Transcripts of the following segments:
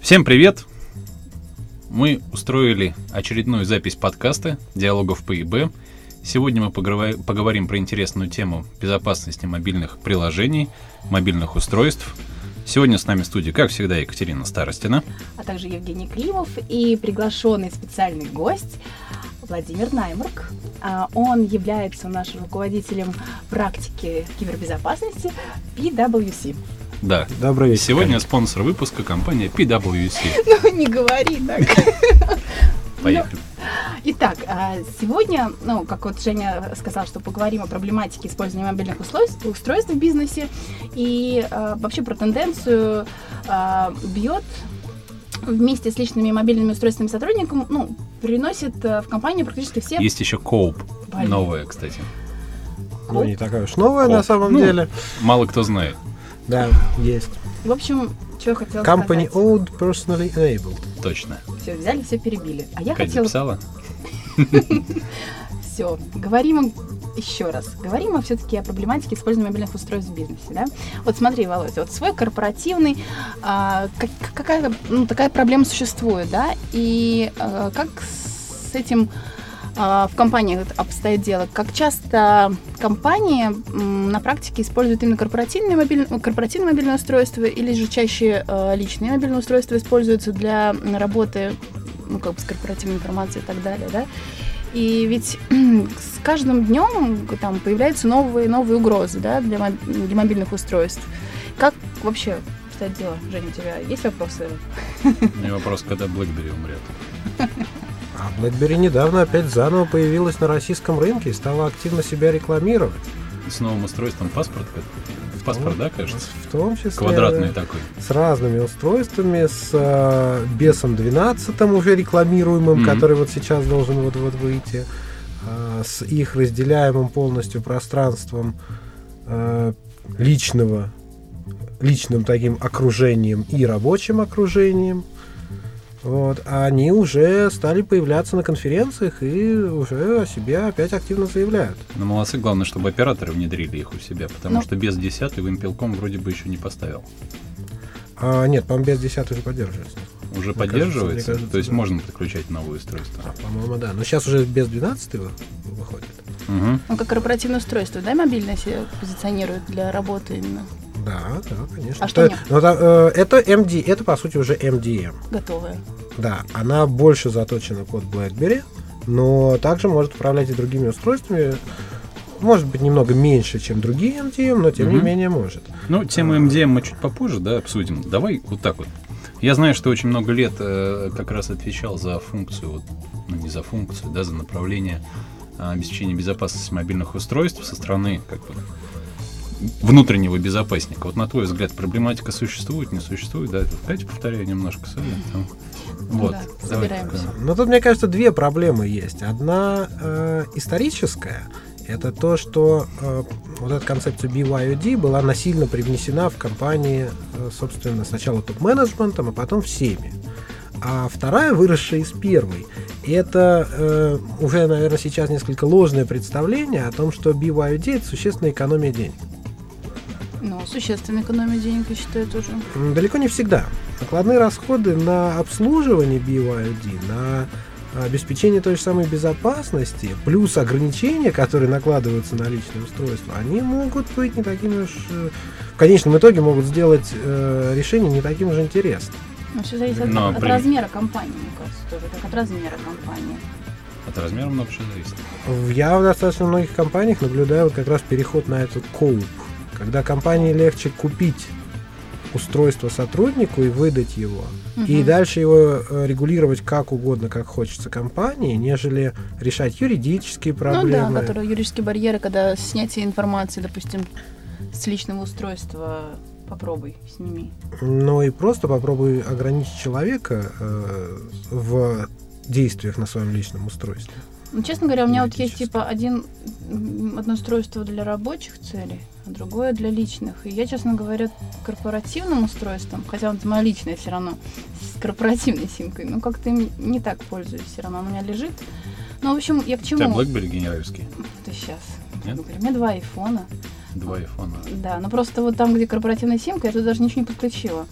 Всем привет! Мы устроили очередную запись подкаста «Диалогов по ИБ». Сегодня мы поговорим про интересную тему безопасности мобильных приложений, мобильных устройств. Сегодня с нами в студии, как всегда, Екатерина Старостина. А также Евгений Климов и приглашенный специальный гость Владимир Наймурк. Он является нашим руководителем практики кибербезопасности PwC. Да. Добрый вечер. Сегодня спонсор выпуска компания PwC. Ну, не говори так. Поехали. Итак, сегодня, как вот Женя сказал, что поговорим о проблематике использования мобильных устройств в бизнесе и вообще про тенденцию бьет вместе с личными мобильными устройствами сотрудникам, приносит в компанию практически все... Есть еще Coop, новая, кстати. Ну, не такая уж новая Coop. на самом деле. Мало кто знает. Да, есть. В общем, что я хотела Company сказать. owned, personally enabled. Точно. Все, взяли, все перебили. А я Катя хотела... записала? Все, говорим еще раз. Говорим все-таки о проблематике использования мобильных устройств в бизнесе. Да? Вот смотри, Володя, вот свой корпоративный, такая проблема существует, да? И как с этим в компаниях обстоит дело? Как часто компании на практике используют именно корпоративные мобильные устройства, или же чаще личные мобильные устройства используются для работы, с корпоративной информацией и так далее, да? И ведь с каждым днем там появляются новые угрозы, да, для мобильных устройств. Как вообще обстоят дела? Женя, у тебя есть вопросы? У меня вопрос, когда BlackBerry умрет. А BlackBerry недавно опять заново появилась на российском рынке и стала активно себя рекламировать. С новым устройством паспорт, да, кажется? В том числе. Квадратный такой. С разными устройствами, с BESом 12 уже рекламируемым, который вот сейчас должен вот выйти, с их разделяемым полностью пространством личным таким окружением и рабочим окружением. Вот, они уже стали появляться на конференциях и уже о себе опять активно заявляют. Но молодцы, главное, чтобы операторы внедрили их у себя, потому что без 10 Вимпелком вроде бы еще не поставил. Нет, по-моему, без 10 уже поддерживается. Уже поддерживается? То есть можно подключать новые устройства? По-моему, да. Но сейчас уже без 12 выходит. Угу. Как корпоративное устройство, да, мобильное себя позиционирует для работы именно? Да, конечно. А что нет? Это MD, это по сути уже MDM. Готовая. Да, она больше заточена под BlackBerry, но также может управлять и другими устройствами. Может быть, немного меньше, чем другие MDM, но тем не менее может. Ну, тему MDM мы чуть попозже, да, обсудим. Давай вот так вот. Я знаю, что очень много лет как раз отвечал за функцию, не за функцию, да, за направление обеспечения безопасности мобильных устройств со стороны внутреннего безопасника. Вот на твой взгляд, проблематика существует, не существует? Да, давайте повторяю немножко. Вот. Да, собираемся. Ну, тут, мне кажется, две проблемы есть. Одна историческая. Это то, что вот эта концепция BYOD была насильно привнесена в компании, собственно, сначала топ-менеджментом, а потом всеми. А вторая, выросшая из первой, это уже, наверное, сейчас несколько ложное представление о том, что BYOD — это существенная экономия денег. Ну, существенная экономия денег, я считаю, тоже. Далеко не всегда. Накладные расходы на обслуживание BYOD, на обеспечение той же самой безопасности, плюс ограничения, которые накладываются на личное устройство, они могут быть не такими уж... В конечном итоге могут сделать решение не таким же интересным. Ну, все зависит от размера компании, мне кажется, тоже, как от размера компании. От размера много чего зависит. Я в достаточно многих компаниях наблюдаю вот как раз переход на этот Coop, когда компании легче купить устройство сотруднику и выдать его, и дальше его регулировать как угодно, как хочется компании, нежели решать юридические проблемы. Ну да, которые юридические барьеры, когда снятие информации, допустим, с личного устройства, попробуй сними. Ну и просто попробуй ограничить человека в действиях на своем личном устройстве. Ну, честно говоря, у меня вот есть одно устройство для рабочих целей, а другое для личных. И я, честно говоря, корпоративным устройством, хотя это мое личное все равно, с корпоративной симкой, как-то им не так пользуюсь все равно. Она у меня лежит. Ну, в общем, я к чему... У тебя BlackBerry генеральский? Это сейчас. Нет? У меня 2 айфона. 2 айфона. Да, но просто вот там, где корпоративная симка, я туда даже ничего не подключила.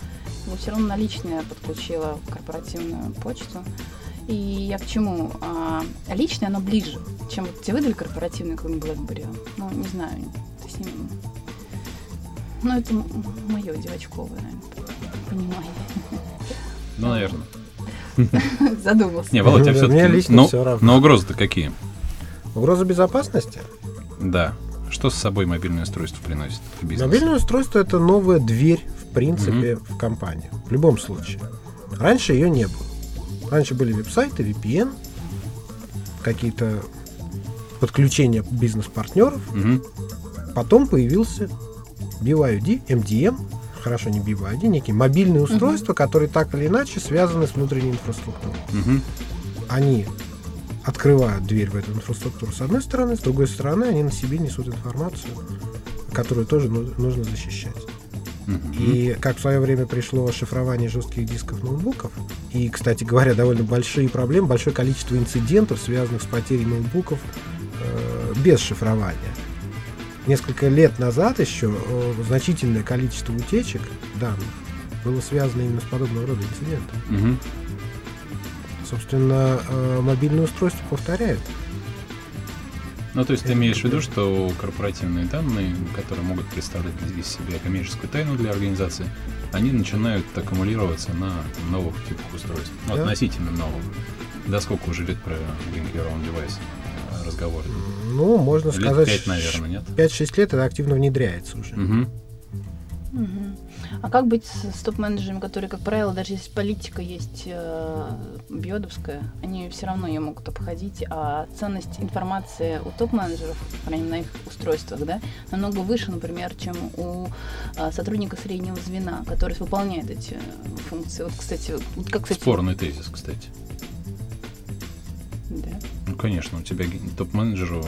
я все равно наличные я подключила в корпоративную почту. И я к чему? Личное, оно ближе, чем вот тебе выдали корпоративный какой-нибудь BlackBerry. Ну, не знаю, ты с ним... Ну, это мое девочковое, наверное, понимание. Ну, наверное. Задумался. Не, Володя, Мне лично все-таки... всё равно. Но угрозы-то какие? Угроза безопасности? Да. Что с собой мобильное устройство приносит в бизнес? Мобильное устройство — это новая дверь, в принципе, в компанию. В любом случае. Раньше ее не было. Раньше были веб-сайты, VPN, какие-то подключения бизнес-партнеров. Потом появился BYOD, MDM, хорошо, не BYOD, некие мобильные устройства, которые так или иначе связаны с внутренней инфраструктурой. Они открывают дверь в эту инфраструктуру с одной стороны, с другой стороны они на себе несут информацию, которую тоже нужно защищать. И как в свое время пришло шифрование жестких дисков ноутбуков, и, кстати говоря, довольно большие проблемы, большое количество инцидентов, связанных с потерей ноутбуков без шифрования. Несколько лет назад еще значительное количество утечек данных было связано именно с подобного рода инцидентами. Собственно, мобильные устройства повторяют. Ну, то есть ты имеешь в виду, что корпоративные данные, которые могут представлять из себя коммерческую тайну для организации, они начинают аккумулироваться на новых типах устройств. Ну, Да. относительно новых. Да, сколько уже лет про Bring Your Own Device разговоры? Ну, можно Лет сказать, 5, наверное, нет? 5-6 лет это активно внедряется уже. А как быть с топ-менеджерами, которые, как правило, даже если политика есть биодовская, они все равно ее могут обходить, а ценность информации у топ-менеджеров, по крайней мере, на их устройствах, да, намного выше, например, чем у сотрудника среднего звена, который выполняет эти функции. Вот, кстати, Спорный тезис, кстати. Да. Ну, конечно, у тебя топ-менеджеру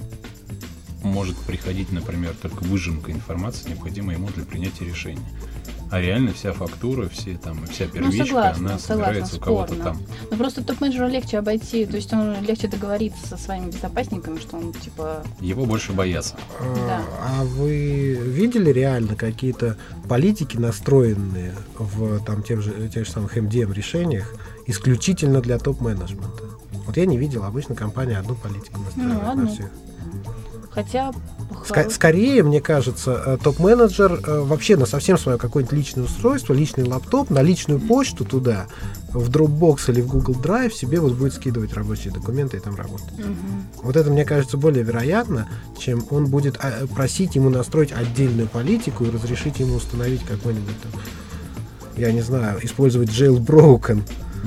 может приходить, например, только выжимка информации, необходимая ему для принятия решения. А реально вся фактура, вся первичка, она собирается у кого-то там. Но просто топ-менеджеру легче обойти, то есть он легче договориться со своими безопасниками, что он типа... Его больше боятся. Да. А вы видели реально какие-то политики, настроенные в тех же самых MDM решениях исключительно для топ-менеджмента? Вот я не видел, обычно компания одну политику настраивает на всех. Хотя... Скорее, мне кажется, топ-менеджер вообще на совсем свое какое-нибудь личное устройство, личный лаптоп, на личную почту туда, в Dropbox или в Google Drive себе вот будет скидывать рабочие документы и там работать. Вот это, мне кажется, более вероятно, чем он будет просить ему настроить отдельную политику и разрешить ему установить какой-нибудь там, я не знаю, использовать jailbroken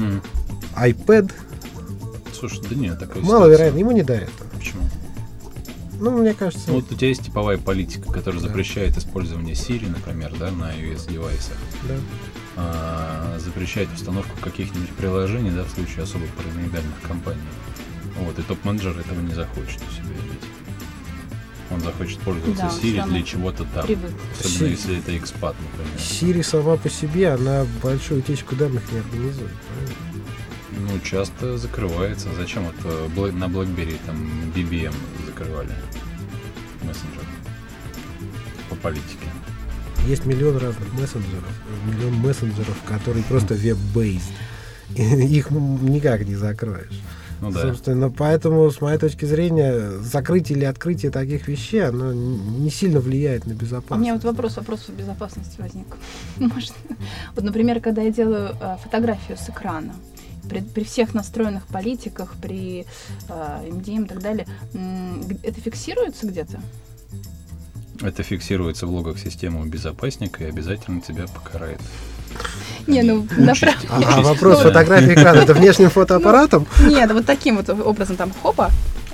iPad. Слушай, да нет, такая Маловероятно, ему не до этого. Почему? Ну, мне кажется... Ну, вот у тебя есть типовая политика, которая запрещает использование Siri, например, да, на iOS-девайсах. Да. Запрещает установку каких-нибудь приложений, да, в случае особо параноидальных компаний. Вот, и топ-менеджер этого не захочет у себя иметь. Он захочет пользоваться Siri для чего-то там. Привык. Особенно если это экспат, например. Siri сама по себе, она большую утечку данных не организует. Ну, часто закрывается. Зачем вот на BlackBerry там BBM закрывали мессенджер по политике? Есть миллион разных мессенджеров, которые просто веб-based. Их никак не закроешь. Ну да. Собственно, поэтому, с моей точки зрения, закрытие или открытие таких вещей, оно не сильно влияет на безопасность. У меня вот вопрос безопасности возник. Может, вот, например, когда я делаю фотографию с экрана, при всех настроенных политиках, при MDM и так далее, это фиксируется где-то? Это фиксируется в логах системы безопасника и обязательно тебя покарает. Не, ну, вопрос фотографии экрана — это внешним фотоаппаратом? Нет, вот таким вот образом там хопа,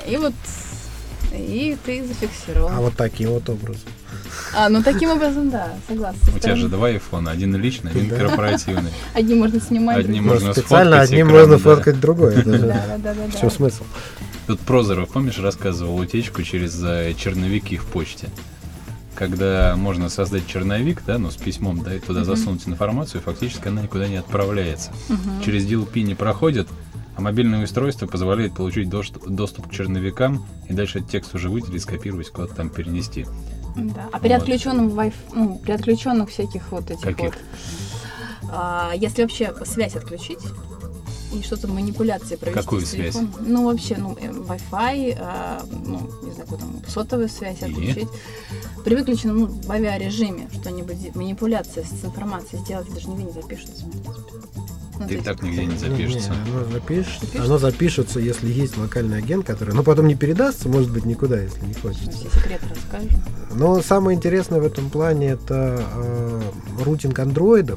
и ты зафиксировал. А вот таким вот образом? Ну таким образом, да, согласна. У тебя же два айфона, один личный, один корпоративный. Одни можно снимать, одни другие. можно специально сфоткать одним экран, можно да. фоткать другой. Да. В чем смысл? Тут Прозоров, помнишь, рассказывал утечку через черновики в почте. Когда можно создать черновик, да, но с письмом, да, и туда засунуть информацию, фактически она никуда не отправляется. Через DLP не проходит, а мобильное устройство позволяет получить доступ к черновикам и дальше этот текст уже выделить, скопировать, куда-то там перенести. Да. А при отключенном при отключенных всяких вот этих Каких? вот Если вообще связь отключить и что-то манипуляции провести. Какую с телефоном, связь? ну, вообще, Wi-Fi, не знаю, какую там, сотовую связь отключить. При выключенном, в авиарежиме что-нибудь, манипуляция с информацией сделать, даже нигде не запишется. Ты так нигде не запишется. Оно запишется, если есть локальный агент, который, потом не передастся, может быть, никуда, если не хочется. Все секреты расскажем. Но самое интересное в этом плане это рутинг андроидов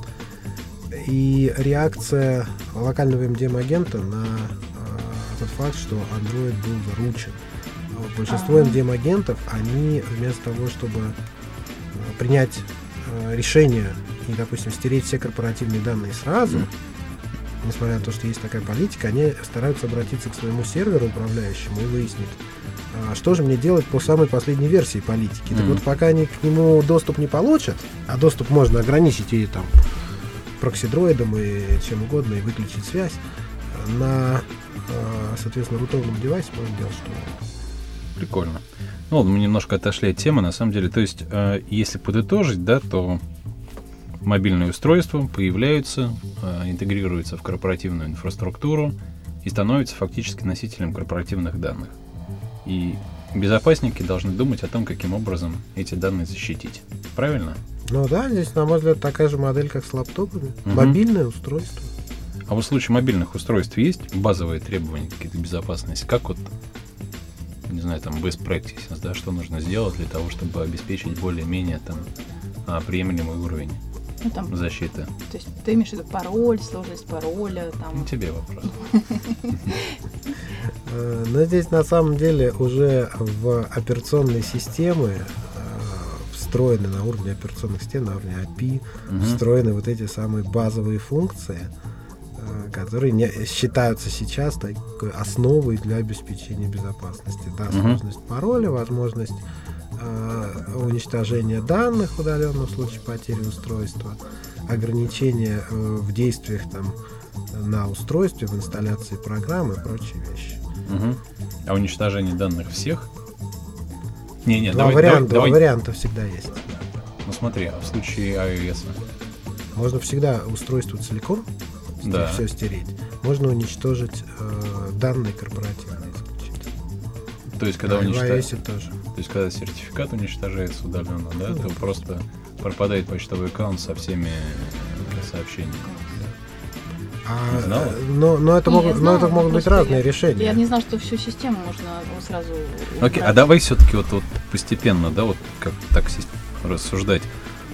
и реакция локального MDM-агента на тот факт, что Android был заручен. Большинство MDM-агентов, они вместо того, чтобы принять решение и, допустим, стереть все корпоративные данные сразу, несмотря на то, что есть такая политика, они стараются обратиться к своему серверу управляющему и выяснить, что же мне делать по самой последней версии политики. Так вот, пока они к нему доступ не получат, а доступ можно ограничить и там прокси-дроидом и чем угодно, и выключить связь, на, соответственно, рутовом девайсе можно делать что угодно. Прикольно. Мы немножко отошли от темы, на самом деле. То есть, если подытожить, да, то мобильные устройства появляются, интегрируются в корпоративную инфраструктуру и становятся фактически носителем корпоративных данных. И безопасники должны думать о том, каким образом эти данные защитить. Правильно? Здесь, на мой взгляд, такая же модель, как с лаптопами. Мобильное устройство. А в случае мобильных устройств есть базовые требования какие-то безопасности? Как не знаю, там, best practices, да, что нужно сделать для того, чтобы обеспечить более-менее приемлемый уровень защиты? То есть ты имеешь в виду пароль, сложность пароля? Тебе вопрос. Но здесь на самом деле уже в операционные системы встроены на уровне операционных систем, на уровне API, встроены вот эти самые базовые функции, которые считаются сейчас такой основой для обеспечения безопасности. Да, сложность пароля, возможность уничтожения данных в удаленном случае потери устройства, ограничения в действиях на устройстве, в инсталляции программ и прочие вещи. А уничтожение данных всех? Два варианта всегда есть. Смотри, в случае iOS можно всегда устройство целиком все стереть. Можно уничтожить данные корпоративные исключить. То есть, когда уничтожить тоже. То есть, когда сертификат уничтожается удаленно, да, то просто пропадает почтовый аккаунт со всеми сообщениями. Но это могут быть разные решения. Я не знал, что всю систему можно сразу... Окей, а давай все-таки вот постепенно, да, вот как так рассуждать.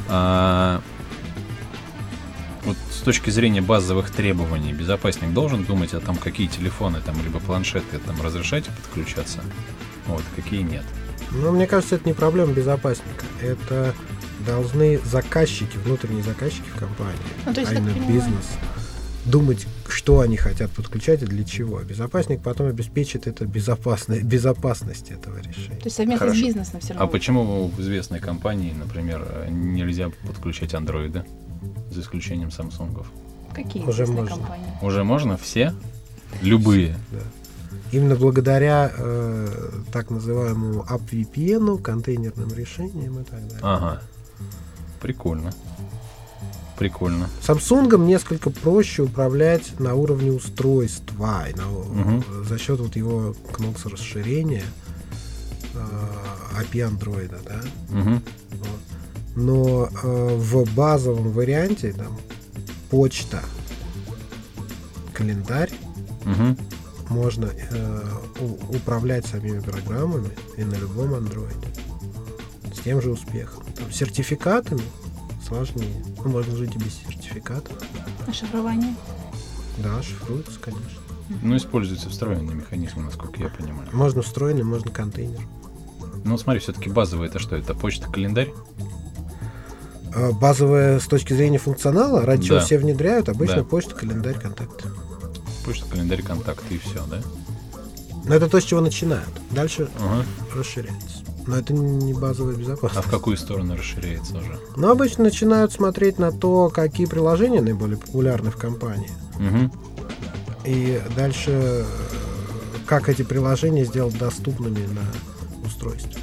Вот с точки зрения базовых требований, безопасник должен думать о том, какие телефоны либо планшеты разрешать подключаться, какие нет. Мне кажется, это не проблема безопасника. Это должны заказчики, внутренние заказчики в компании, то есть, бизнес, думать, что они хотят подключать и для чего. Безопасник потом обеспечит это безопасность этого решения. То есть совместно с бизнесом все равно. А почему в известной компании, например, нельзя подключать андроиды, за исключением самсунгов? Какие уже известные можно. компании? Уже можно? Все? Любые? Да. Именно благодаря так называемому AppVPN, контейнерным решениям и так далее. Ага. Прикольно. Samsung несколько проще управлять на уровне устройства за счет его кнопки расширения API Android, да? Но в базовом варианте почта, календарь можно управлять самими программами и на любом андроиде с тем же успехом. Сертификатами сложнее. Можно жить и без сертификата. А шифрование? Да, шифруется, конечно. Используются встроенные механизмы, насколько я понимаю. Можно встроенный, можно контейнер. Смотри, все-таки базовое это что? Это почта-календарь? Базовая с точки зрения функционала, ради чего все внедряют, обычно почта, календарь, контакты. Почта, календарь, контакты и все, да? Но это то, с чего начинают. Дальше расширяется. Но это не базовая безопасность. А в какую сторону расширяется уже? Обычно начинают смотреть на то, какие приложения наиболее популярны в компании. И дальше, как эти приложения сделать доступными на устройстве.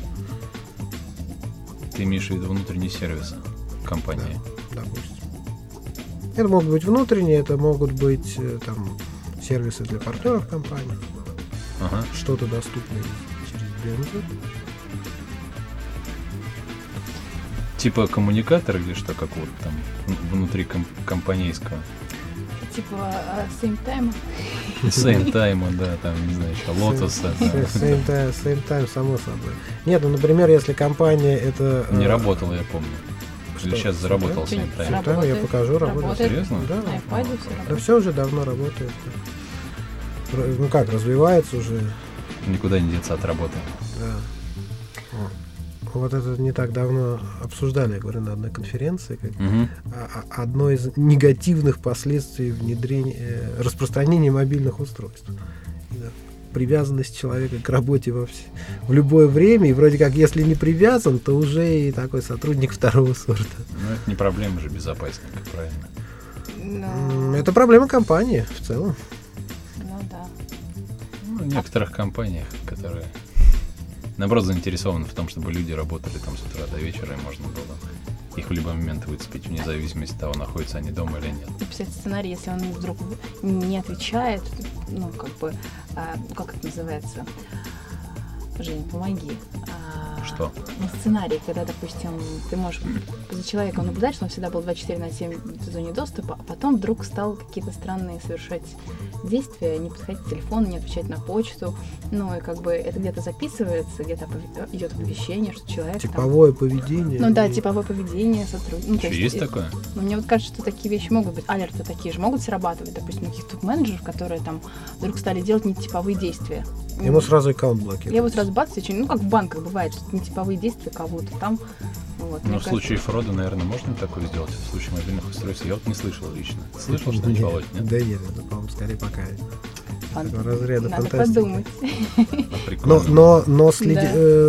Ты имеешь в виду внутренний сервис компании? Да, допустим. Это могут быть внутренние, это могут быть там сервисы для партнеров компании. Ага. Что-то доступное через BMZ. Типа коммуникатор или что, как вот там внутри компанейского? Типа same time. Same time, да, там, не знаю, еще Lotus. Same time, само собой. Нет, ну, например, если компания это... Не работало, я помню. Или сейчас заработал Same Same time? time, я покажу, работает. Серьезно? Да, На iPad все да, работает. все уже давно работает. Ну как, развивается уже. Никуда не деться от работы. Да. Вот это не так давно обсуждали, я говорю, на одной конференции, как Мгм. одно из негативных последствий внедрения, распространения мобильных устройств. Да. Привязанность человека к работе в любое время, и вроде как, если не привязан, то уже и такой сотрудник второго сорта. Ну, это не проблема же безопасника, правильно? Это проблема компании в целом. Ну да. Ну, в некоторых компаниях, которые, наоборот, заинтересованы в том, чтобы люди работали там с утра до вечера, и можно было их в любой момент выцепить, вне зависимости от того, находятся они дома или нет. Написать сценарий, если он вдруг не отвечает, ну, как бы, как это называется? Жень, помоги. Что? Ну, сценарий, когда, допустим, ты можешь за человеком наблюдать, что он всегда был 24 на 7 в зоне доступа, а потом вдруг стал какие-то странные совершать действия, не подходить к телефону, не отвечать на почту. Ну, и как бы это где-то записывается, где-то идет оповещение, что человек Типовое поведение. Ну да, типовое поведение сотрудника. Ну, Еще есть такое? Ну, мне вот кажется, что такие вещи могут быть, алерты такие же могут срабатывать, допустим, у каких-то менеджеров, которые там вдруг стали делать нетиповые действия. Ему сразу аккаунт блокируют. Я вот сразу бац, ну как в банках бывает, что нетиповые действия кого-то там. Вот, Ну, мне в случае фрода, наверное, можно такое сделать. В случае мобильных устройств я вот не слышал лично. Слышал что-нибудь, Володь, нет? Да нет, это, по-моему, скорее пока. Фан- Такого разряда Надо фантастики. подумать. Прикольно. Но Да.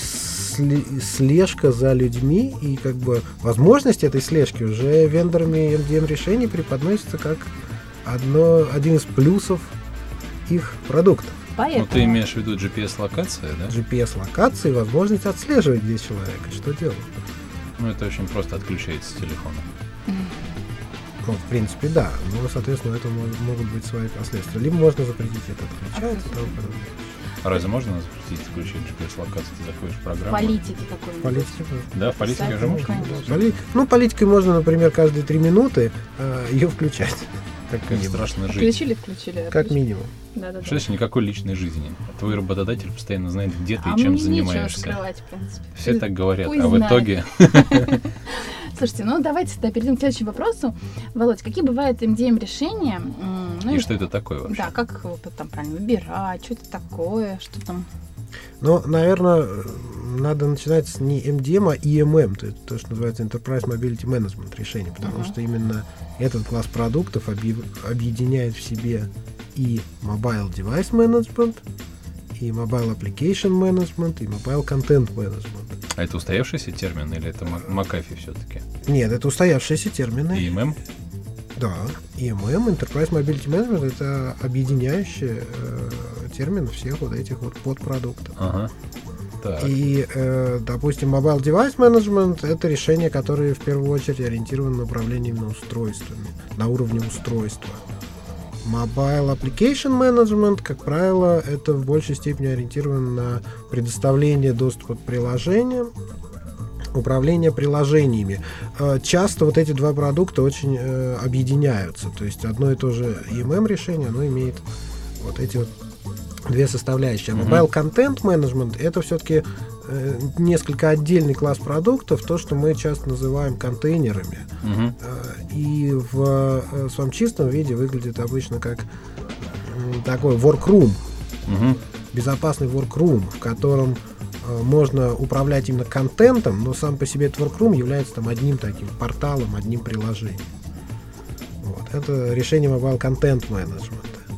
слежка за людьми и как бы возможность этой слежки уже вендорами MDM решений преподносится как один из плюсов их продуктов. Ну, Поэтому ты имеешь в виду GPS-локация, да? GPS-локации, возможность отслеживать, где человек и что делать. Ну, это очень просто отключается с телефона. Ну, в принципе, да. Но, соответственно, это могут быть свои последствия. Либо можно запретить это отключать и тому подобное. А разве можно запретить включить GPS-локацию? Ты заходишь в программу? политики какой-нибудь. Политики. Да, в политике Писать, уже можно? конечно. Политикой можно, например, каждые 3 минуты ее включать. Как Как минимум. страшно жить. Включили. Как минимум. Да-да-да. Что значит никакой личной жизни? Твой работодатель постоянно знает, где ты А и чем мне нечего занимаешься. скрывать, в принципе. Все так говорят, Пусть а в знает. итоге... Слушайте, ну давайте тогда перейдем к следующему вопросу. Володь, какие бывают MDM-решения? И что это такое вообще? Да, как там правильно выбирать, что это такое, что там... Но, наверное, надо начинать с не MDM, а EMM, то, что называется Enterprise Mobility Management решение, потому что именно этот класс продуктов объединяет в себе и Mobile Device Management, и Mobile Application Management, и Mobile Content Management. А это устоявшийся термин или это Макафи все-таки? Нет, это устоявшиеся термины. EMM? Да, EMM, Enterprise Mobility Management, это объединяющий термин всех вот этих вот подпродуктов. Ага. Так. И, допустим, Mobile Device Management — это решение, которое в первую очередь ориентировано на управление именно устройствами, на уровне устройства. Mobile Application Management, как правило, это в большей степени ориентировано на предоставление доступа к приложениям, управление приложениями. Часто вот эти два продукта очень объединяются. То есть одно и то же EMM решение, оно имеет вот эти вот две составляющие. Mobile Content Management — это все-таки несколько отдельный класс продуктов, то, что мы часто называем контейнерами. И в своем чистом виде выглядит обычно как такой workroom, безопасный workroom, в котором можно управлять именно контентом, но сам по себе этот workroom является там одним таким порталом, одним приложением. Вот. Это решение Mobile Content Management.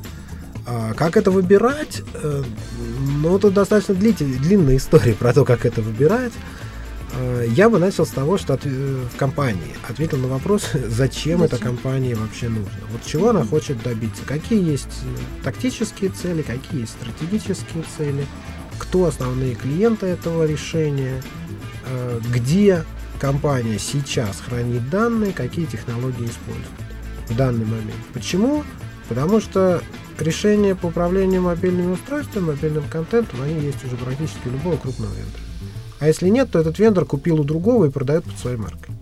Как это выбирать? Ну, это достаточно длинная история про то, как это выбирать. Я бы начал с того, что в компании ответил на вопрос, зачем эта компания вообще нужна. Вот чего она хочет добиться. Какие есть тактические цели, какие есть стратегические цели, кто основные клиенты этого решения, где, компания сейчас хранит данные, какие технологии использует в данный момент. Почему? Потому что решения по управлению мобильными устройствами, мобильным контентом, они есть уже практически у любого крупного вендора. А если нет, то этот вендор купил у другого и продает под своей маркой.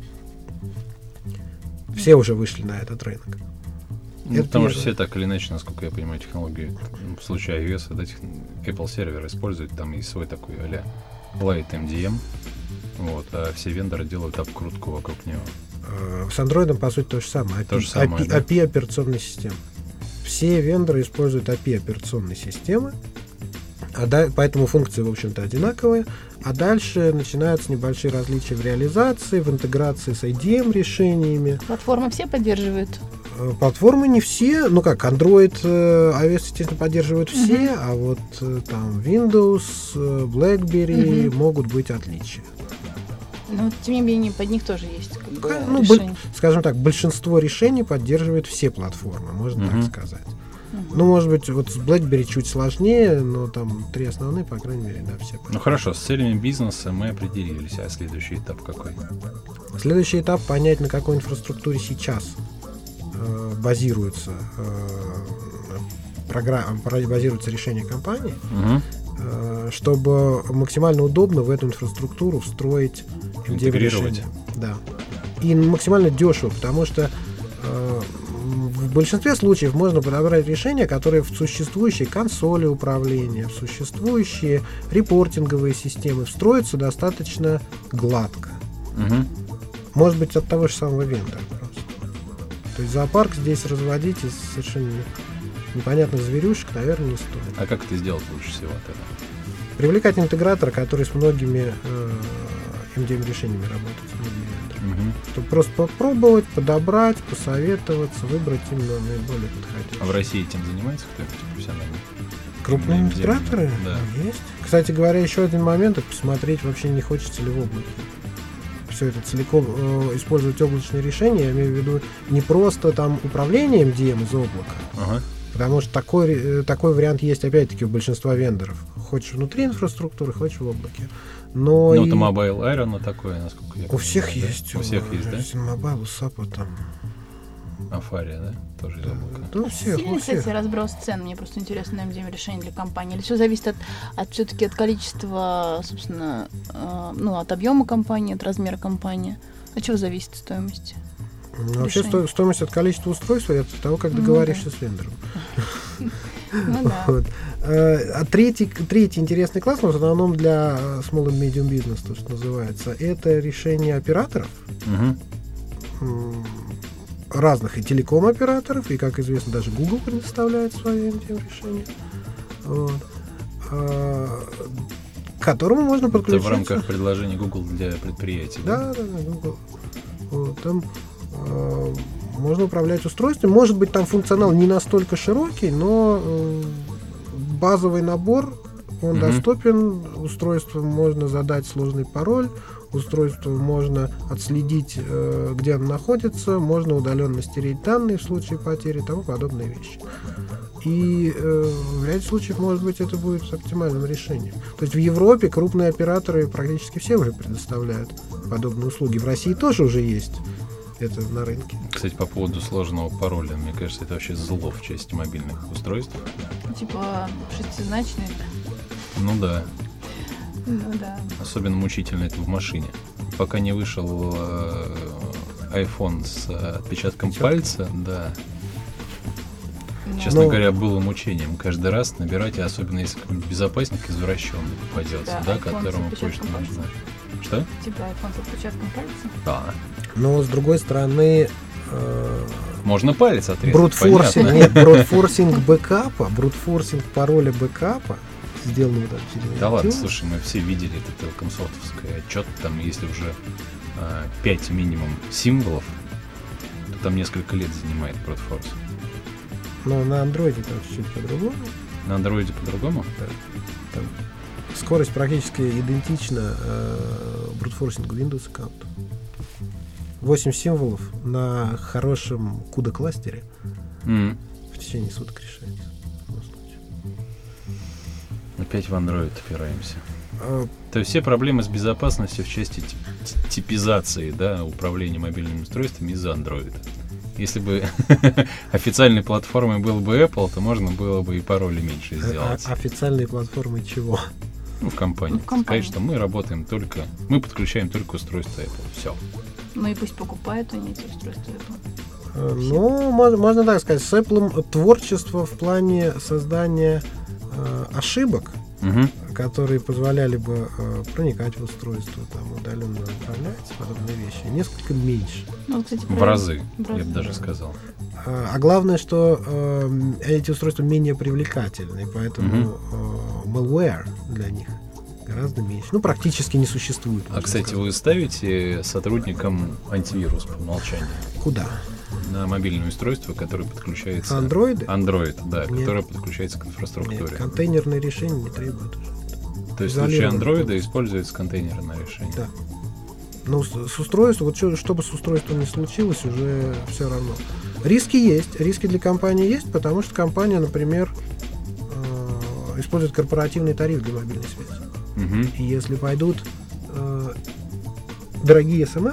Все уже вышли на этот рынок. Ну, потому что все так или иначе, насколько я понимаю, технологии в случае iOS, Apple сервер использует, там есть свой такой а-ля Light MDM, вот, а все вендоры делают обкрутку вокруг него. С Android, по сути, то же самое. API операционной системы. Все вендоры используют API операционной системы, поэтому функции, в общем-то, одинаковые. А дальше начинаются небольшие различия в реализации, в интеграции с IDM решениями. Платформы все поддерживают? Платформы не все. Ну как, Android, iOS, естественно, поддерживают все, а вот там Windows, BlackBerry могут быть отличия. Но, тем не менее, под них тоже есть решения. Скажем так, большинство решений поддерживают все платформы, можно так сказать. Ну, может быть, вот с BlackBerry чуть сложнее, но там 3 основные, по крайней мере, да, все. Ну хорошо, с целями бизнеса мы определились, а следующий этап какой? Следующий этап — понять, на какой инфраструктуре сейчас базируется решение компании, чтобы максимально удобно в эту инфраструктуру встроить интегрировать. Да. И максимально дешево, потому что в большинстве случаев можно подобрать решения, которые в существующие консоли управления, в существующие репортинговые системы встроятся достаточно гладко. Может быть, от того же самого вендора просто. То есть зоопарк здесь разводить из совершенно непонятных зверюшек, наверное, не стоит. А как это сделать лучше всего тогда? Привлекать интегратора, который с многими MDM-решениями работает, с многими вендорами. Чтобы просто попробовать, подобрать, посоветоваться, выбрать именно наиболее подходящий. А в России этим занимается кто-нибудь профессионально? Крупные интеграторы? Да. Есть. Кстати говоря, еще один момент — это посмотреть, вообще не хочется ли в облаке все это целиком использовать облачные решения. Я имею в виду не просто там управление MDM из облака, потому что такой вариант есть, опять-таки, у большинства вендоров. Хочешь внутри инфраструктуры, хочешь в облаке. Но это Mobile Iron такое, насколько я понимаю. У всех есть. У всех есть, да? Mobile, у SAP там. Афария, да? Тоже из облака. Да, сильный, кстати, разброс цен. Мне просто интересно на MDM решение для компании. Или все зависит все-таки от количества, собственно, от объема компании, от размера компании. От чего зависит стоимость? Вообще стоимость от количества устройств и от того, как договоришься с вендором. А третий интересный класс, в основном для small and medium business, то, что называется, это решение операторов. Разных и телеком-операторов, и, как известно, даже Google предоставляет свои решения, к которому можно подключиться. Это в рамках предложений Google для предприятий. Да, Google. Там можно управлять устройством. Может быть, там функционал не настолько широкий, но базовый набор, он доступен. Устройству можно задать сложный пароль, устройству можно отследить, где оно находится, можно удаленно стереть данные в случае потери и тому подобные вещи. И в ряде случаев, может быть, это будет оптимальным решением. То есть в Европе крупные операторы практически все уже предоставляют подобные услуги. В России тоже уже есть это на рынке. Кстати, по поводу сложного пароля, мне кажется, это вообще зло в части мобильных устройств. Типа шестизначный? Ну да. Ну да. Особенно мучительно это в машине. Пока не вышел iPhone с отпечатком пальца, да. Честно говоря, было мучением каждый раз набирать, и особенно если какой-нибудь безопасник извращенный попадется, да, которому почту нужно. Что? Типа iPhone с отпечатком пальца? Да. Но с другой стороны, можно палец отрезать. Брутфорсинг бэкапа, брутфорсинг пароля бэкапа, сделанного там через Да ладно, слушай, мы все видели это телкомсофтовский отчет, там если уже 5 минимум символов, то там несколько лет занимает брутфорс. Но на андроиде там чуть-чуть по-другому. На андроиде по-другому? Да. Там скорость практически идентична брутфорсингу Windows аккаунту. 8 символов на хорошем CUDA-кластере в течение суток решается. Опять в Android опираемся. То есть все проблемы с безопасностью в части типизации, да, управления мобильными устройствами из-за Android. Если бы официальной платформой был бы Apple, то можно было бы и пароли меньше сделать. Официальной платформой чего? В компании. Сказать, что мы работаем только, мы подключаем только устройство Apple. Все. Ну и пусть покупают они эти устройства Apple. Ну, можно так сказать, с Apple творчество в плане создания ошибок, которые позволяли бы проникать в устройство, там, удаленно управлять, подобные вещи, несколько меньше. Ну, кстати, в разы, я бы даже сказал. А главное, что эти устройства менее привлекательны, поэтому malware для них гораздо меньше. Ну, практически не существует. А, кстати, сказать. Вы ставите сотрудникам антивирус по умолчанию? Куда? На мобильное устройство, которое подключается... Андроиды? Android, да, которое подключается к инфраструктуре. Нет, контейнерные решения не требуют уже. То есть в случае андроида используется контейнерное решение? Да. Но с устройством, вот что бы с устройством ни случилось, уже все равно. Риски есть, риски для компании есть, потому что компания, например, использует корпоративный тариф для мобильной связи. И если пойдут дорогие СМС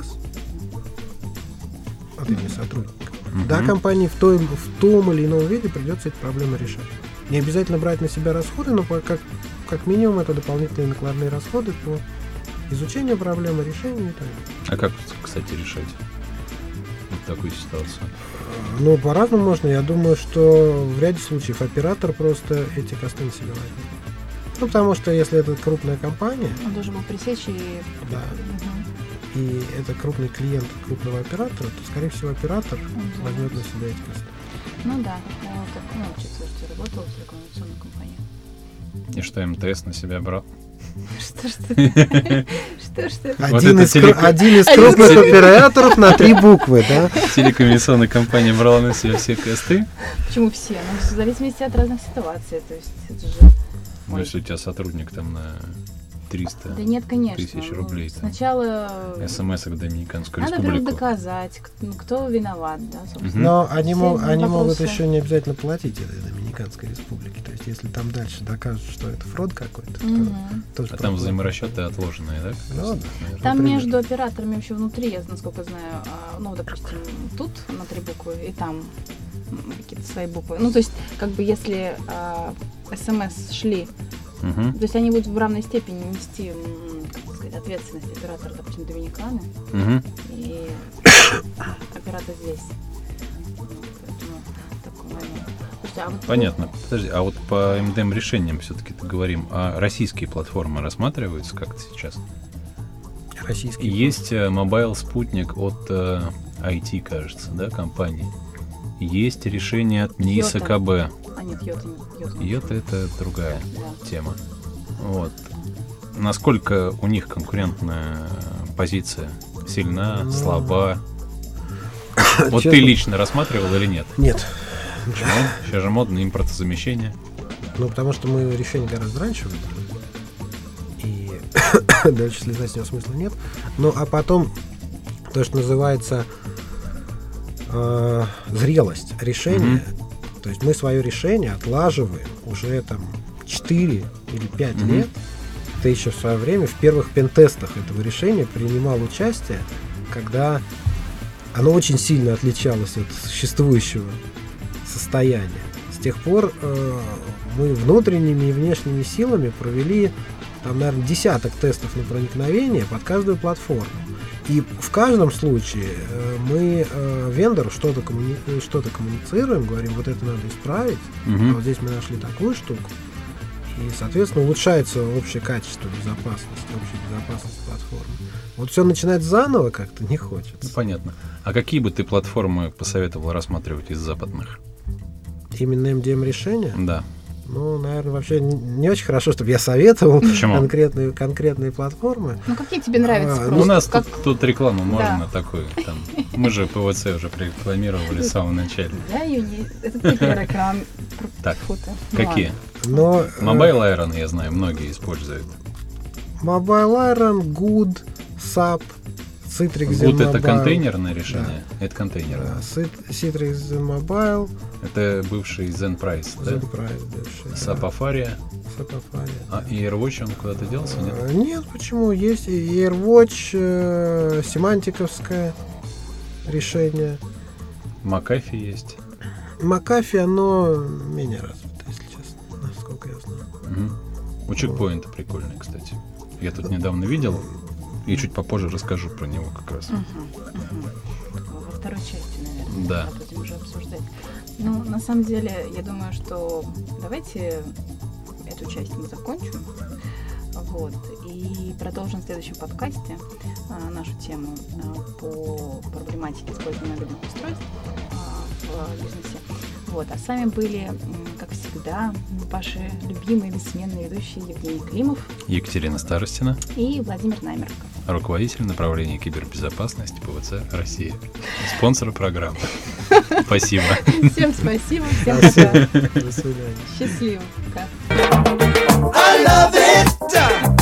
от имени сотрудника, да, компании в том или ином виде придется эти проблемы решать. Не обязательно брать на себя расходы, но как минимум это дополнительные накладные расходы по изучению проблемы, решению и так далее. А как, кстати, решать вот такую ситуацию? Ну, по-разному можно. Я думаю, что в ряде случаев оператор просто эти косты на себя возьмет. Ну, потому что если это крупная компания... Он должен был пресечь и... Да. И это крупный клиент крупного оператора, то, скорее всего, оператор возьмет на себя эти косты. Ну да, как слушайте, работал в телекоммуникационной компании. И что, МТС на себя брал? Что? Один из крупных операторов на 3 буквы, да? Телекоммуникационная компания брала на себя все косты? Почему все? Ну, в зависимости от разных ситуаций, то есть это же... Ну, если у тебя сотрудник там на 300 да нет, конечно. Тысяч рублей. Сначала... СМС в Доминиканскую Надо республику. Надо доказать, кто виноват, да, собственно. Но они могут еще не обязательно платить этой Доминиканской республике. То есть, если там дальше докажут, что это фрод какой-то, то тоже там взаиморасчеты отложенные, да? Ну, там между операторами вообще внутри, я, насколько знаю, ну, допустим, тут на 3 буквы, и там какие-то свои буквы. Ну, то есть, как бы, если СМС шли, то есть они будут в равной степени нести, как сказать, ответственность оператора, допустим, Доминиканы и оператор здесь. Поэтому такой момент. Слушайте, понятно. Подожди, а вот по МДМ решениям все-таки говорим, а российские платформы рассматриваются как-то сейчас? Российские. Есть Mobile Спутник от IT, кажется, да, компании. Есть решение от НИИСа КБ. А нет, Йота это другая тема. Вот. Насколько у них конкурентная позиция? Сильна, слаба? Вот ты лично рассматривал или нет? Нет. Почему? Сейчас же модно импортозамещение. Ну, потому что мы решение гораздо раньше выбрали. И дальше слезать с него смысла нет. Ну, а потом то, что называется зрелость решения. То есть мы свое решение отлаживаем уже там 4 или 5 лет. Ты еще в свое время в первых пентестах этого решения принимал участие, когда оно очень сильно отличалось от существующего состояния. С тех пор мы внутренними и внешними силами провели там, наверное, десяток тестов на проникновение под каждую платформу. И в каждом случае мы вендору что-то коммуницируем, говорим, вот это надо исправить, а вот здесь мы нашли такую штуку. И, соответственно, улучшается общее качество безопасности, общая безопасность платформы. Вот все начинать заново как-то не хочется. Ну, понятно. А какие бы ты платформы посоветовал рассматривать из западных? Именно MDM-решения? Да. Ну, наверное, вообще не очень хорошо, чтобы я советовал конкретные платформы. Ну, какие тебе нравятся? У нас тут рекламу можно такую. Мы же ПВЦ уже прорекламировали с самого начала. Да, это ты реклама. Так, какие? Mobile Iron, я знаю, многие используют. Mobile Iron, Good, SAP, Citrix Good Zen это Mobile. Контейнерное решение? Да. Это контейнерное. Да, Citrix Zen Mobile. Это бывший Zen Price, да? Zen Price бывший. Sapafaria. попали. А AirWatch, он куда-то делся, нет? Нет, почему? Есть и AirWatch, семантиковское решение. McAfee есть. McAfee, оно менее развито, если честно, насколько я знаю. У чекпоинта прикольный, кстати. Я тут недавно видел, и чуть попозже расскажу про него как раз. Во второй части, наверное, Да. будем уже обсуждать. Ну, на самом деле, я думаю, что давайте эту часть мы закончим. Вот, и продолжим в следующем подкасте нашу тему по проблематике использования мобильных устройств в бизнесе. Вот, а с вами были, как всегда, ваши любимые бессменные ведущие Евгений Климов, Екатерина Старостина, и Владимир Намерков. руководитель направления кибербезопасности ПВЦ Россия, спонсор программы. Спасибо. Всем спасибо, всем пока. До свидания. Счастливо. Пока. I love it.